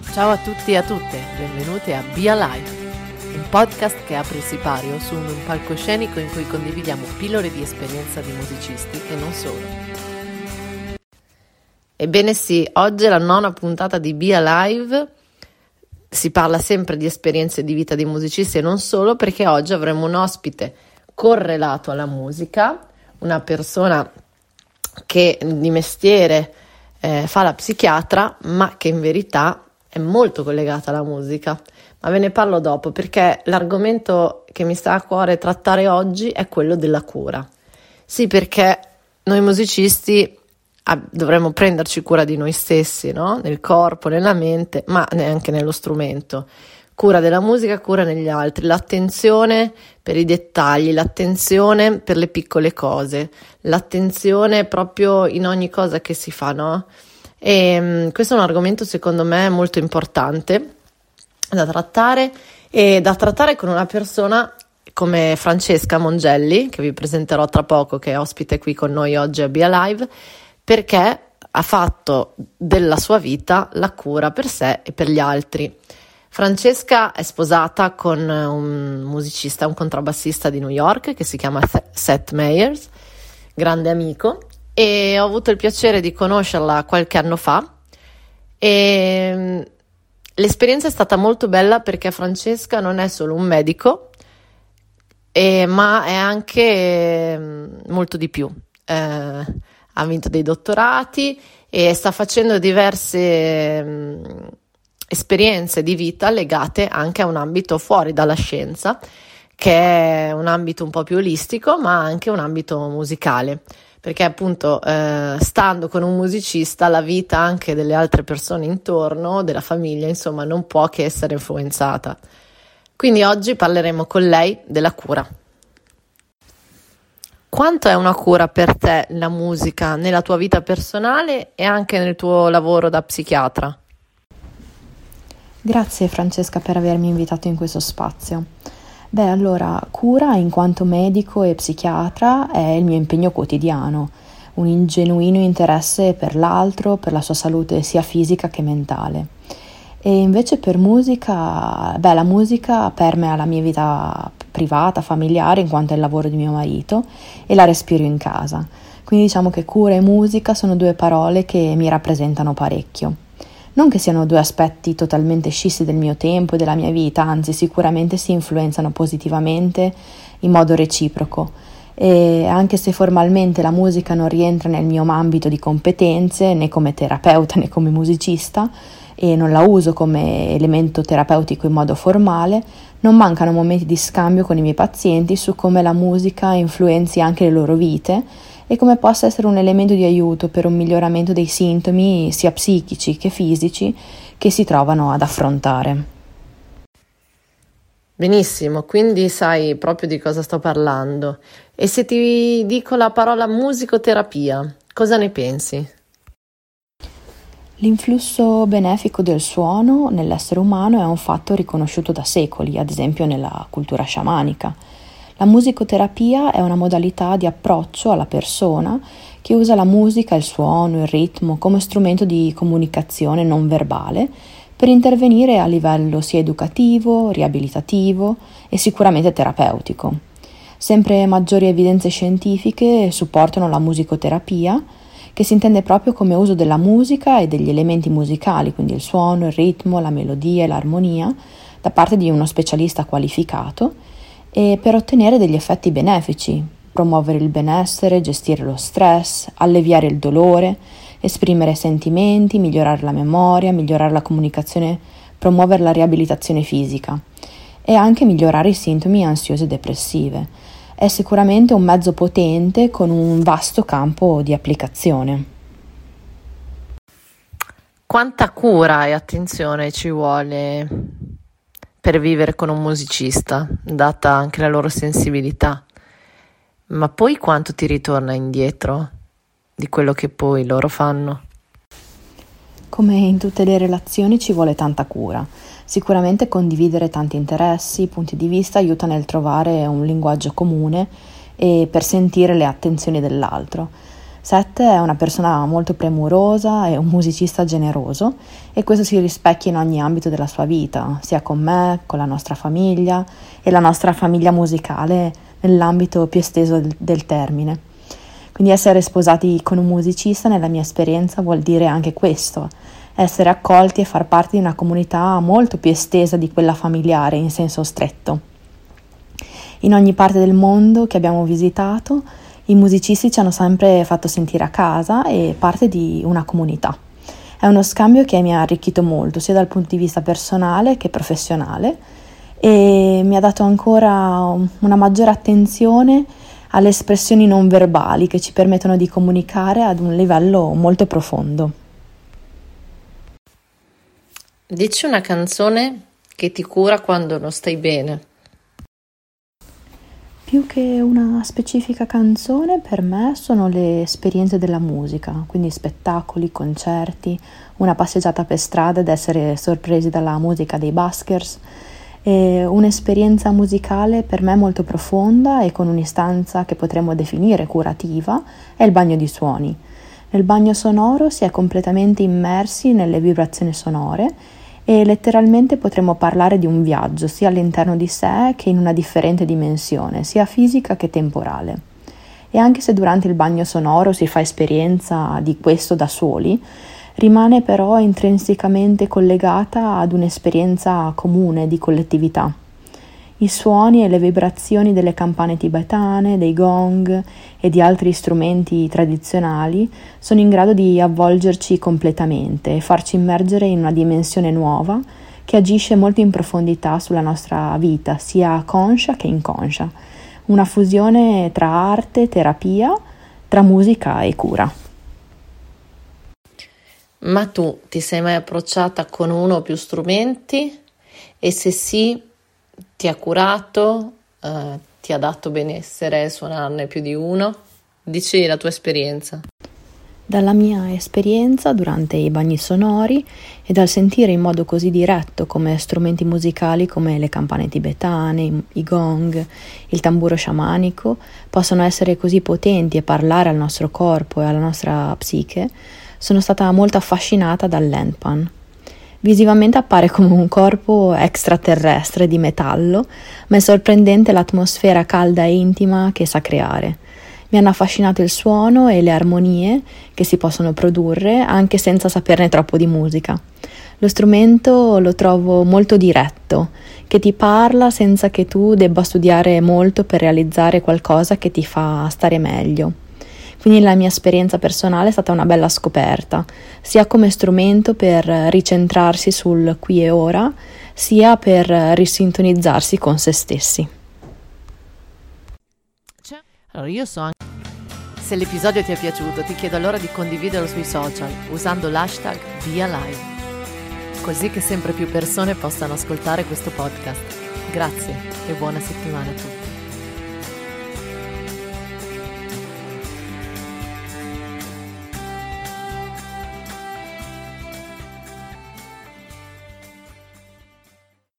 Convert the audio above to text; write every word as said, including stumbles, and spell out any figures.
Ciao a tutti e a tutte, benvenuti a Be Alive, un podcast che apre il sipario su un palcoscenico in cui condividiamo pillole di esperienza di musicisti e non solo. Ebbene sì, oggi è la nona puntata di Be Alive, si parla sempre di esperienze di vita di musicisti e non solo, perché oggi avremo un ospite correlato alla musica, una persona che di mestiere eh, fa la psichiatra, ma che in verità è molto collegata alla musica, ma ve ne parlo dopo perché l'argomento che mi sta a cuore trattare oggi è quello della cura. Sì, perché noi musicisti ah, dovremmo prenderci cura di noi stessi, no? Nel corpo, nella mente, ma neanche nello strumento. Cura della musica, cura negli altri, l'attenzione per i dettagli, l'attenzione per le piccole cose, l'attenzione proprio in ogni cosa che si fa, no? E um, questo è un argomento secondo me molto importante da trattare e da trattare con una persona come Francesca Mongelli, che vi presenterò tra poco, che è ospite qui con noi oggi a Be Alive, perché ha fatto della sua vita la cura per sé e per gli altri. Francesca è sposata con un musicista, un contrabbassista di New York che si chiama Seth Meyers, grande amico, e ho avuto il piacere di conoscerla qualche anno fa e l'esperienza è stata molto bella perché Francesca non è solo un medico, eh, ma è anche molto di più. Eh, ha vinto dei dottorati e sta facendo diverse mh, esperienze di vita legate anche a un ambito fuori dalla scienza, che è un ambito un po' più olistico, ma anche un ambito musicale. Perché appunto eh, stando con un musicista la vita anche delle altre persone intorno, della famiglia, insomma, non può che essere influenzata. Quindi oggi parleremo con lei della cura. Quanto è una cura per te la musica nella tua vita personale e anche nel tuo lavoro da psichiatra? Grazie Francesca per avermi invitato in questo spazio. Beh, allora, cura in quanto medico e psichiatra è il mio impegno quotidiano, un genuino interesse per l'altro, per la sua salute sia fisica che mentale. E invece per musica, beh, la musica permea la mia vita privata, familiare, in quanto è il lavoro di mio marito, e la respiro in casa. Quindi diciamo che cura e musica sono due parole che mi rappresentano parecchio. Non che siano due aspetti totalmente scissi del mio tempo e della mia vita, anzi sicuramente si influenzano positivamente in modo reciproco. E anche se formalmente la musica non rientra nel mio ambito di competenze, né come terapeuta né come musicista, e non la uso come elemento terapeutico in modo formale, non mancano momenti di scambio con i miei pazienti su come la musica influenzi anche le loro vite e come possa essere un elemento di aiuto per un miglioramento dei sintomi sia psichici che fisici che si trovano ad affrontare. Benissimo, quindi sai proprio di cosa sto parlando. E se ti dico la parola musicoterapia, cosa ne pensi? L'influsso benefico del suono nell'essere umano è un fatto riconosciuto da secoli, ad esempio nella cultura sciamanica. La musicoterapia è una modalità di approccio alla persona che usa la musica, il suono, il ritmo come strumento di comunicazione non verbale per intervenire a livello sia educativo, riabilitativo e sicuramente terapeutico. Sempre maggiori evidenze scientifiche supportano la musicoterapia, che si intende proprio come uso della musica e degli elementi musicali, quindi il suono, il ritmo, la melodia e l'armonia, da parte di uno specialista qualificato, e per ottenere degli effetti benefici, promuovere il benessere, gestire lo stress, alleviare il dolore, esprimere sentimenti, migliorare la memoria, migliorare la comunicazione, promuovere la riabilitazione fisica e anche migliorare i sintomi ansiose e depressive. È sicuramente un mezzo potente con un vasto campo di applicazione. Quanta cura e attenzione ci vuole per vivere con un musicista, data anche la loro sensibilità, ma poi quanto ti ritorna indietro di quello che poi loro fanno? Come in tutte le relazioni ci vuole tanta cura. Sicuramente condividere tanti interessi, punti di vista aiuta nel trovare un linguaggio comune e per sentire le attenzioni dell'altro. Seth è una persona molto premurosa e un musicista generoso e questo si rispecchia in ogni ambito della sua vita, sia con me, con la nostra famiglia e la nostra famiglia musicale nell'ambito più esteso del, del termine. Quindi essere sposati con un musicista nella mia esperienza vuol dire anche questo, essere accolti e far parte di una comunità molto più estesa di quella familiare in senso stretto. In ogni parte del mondo che abbiamo visitato, i musicisti ci hanno sempre fatto sentire a casa e parte di una comunità. È uno scambio che mi ha arricchito molto, sia dal punto di vista personale che professionale, e mi ha dato ancora una maggiore attenzione alle espressioni non verbali che ci permettono di comunicare ad un livello molto profondo. Dici una canzone che ti cura quando non stai bene. Più che una specifica canzone, per me sono le esperienze della musica, quindi spettacoli, concerti, una passeggiata per strada ed essere sorpresi dalla musica dei buskers. E un'esperienza musicale per me molto profonda e con un'istanza che potremmo definire curativa è il bagno di suoni. Nel bagno sonoro si è completamente immersi nelle vibrazioni sonore e letteralmente potremmo parlare di un viaggio sia all'interno di sé che in una differente dimensione, sia fisica che temporale. E anche se durante il bagno sonoro si fa esperienza di questo da soli, rimane però intrinsecamente collegata ad un'esperienza comune di collettività. I suoni e le vibrazioni delle campane tibetane, dei gong e di altri strumenti tradizionali sono in grado di avvolgerci completamente e farci immergere in una dimensione nuova che agisce molto in profondità sulla nostra vita, sia conscia che inconscia. Una fusione tra arte, terapia, tra musica e cura. Ma tu ti sei mai approcciata con uno o più strumenti? E se sì, ti ha curato, eh, ti ha dato benessere suonarne più di uno? Dici la tua esperienza. Dalla mia esperienza durante i bagni sonori e dal sentire in modo così diretto come strumenti musicali come le campane tibetane, i gong, il tamburo sciamanico possono essere così potenti e parlare al nostro corpo e alla nostra psiche, sono stata molto affascinata dall'handpan. Visivamente appare come un corpo extraterrestre di metallo, ma è sorprendente l'atmosfera calda e intima che sa creare. Mi hanno affascinato il suono e le armonie che si possono produrre anche senza saperne troppo di musica. Lo strumento lo trovo molto diretto, che ti parla senza che tu debba studiare molto per realizzare qualcosa che ti fa stare meglio. Quindi la mia esperienza personale è stata una bella scoperta, sia come strumento per ricentrarsi sul qui e ora, sia per risintonizzarsi con se stessi. Allora io so anche... Se l'episodio ti è piaciuto, ti chiedo allora di condividerlo sui social usando l'hashtag BeAlive, così che sempre più persone possano ascoltare questo podcast. Grazie e buona settimana a tutti.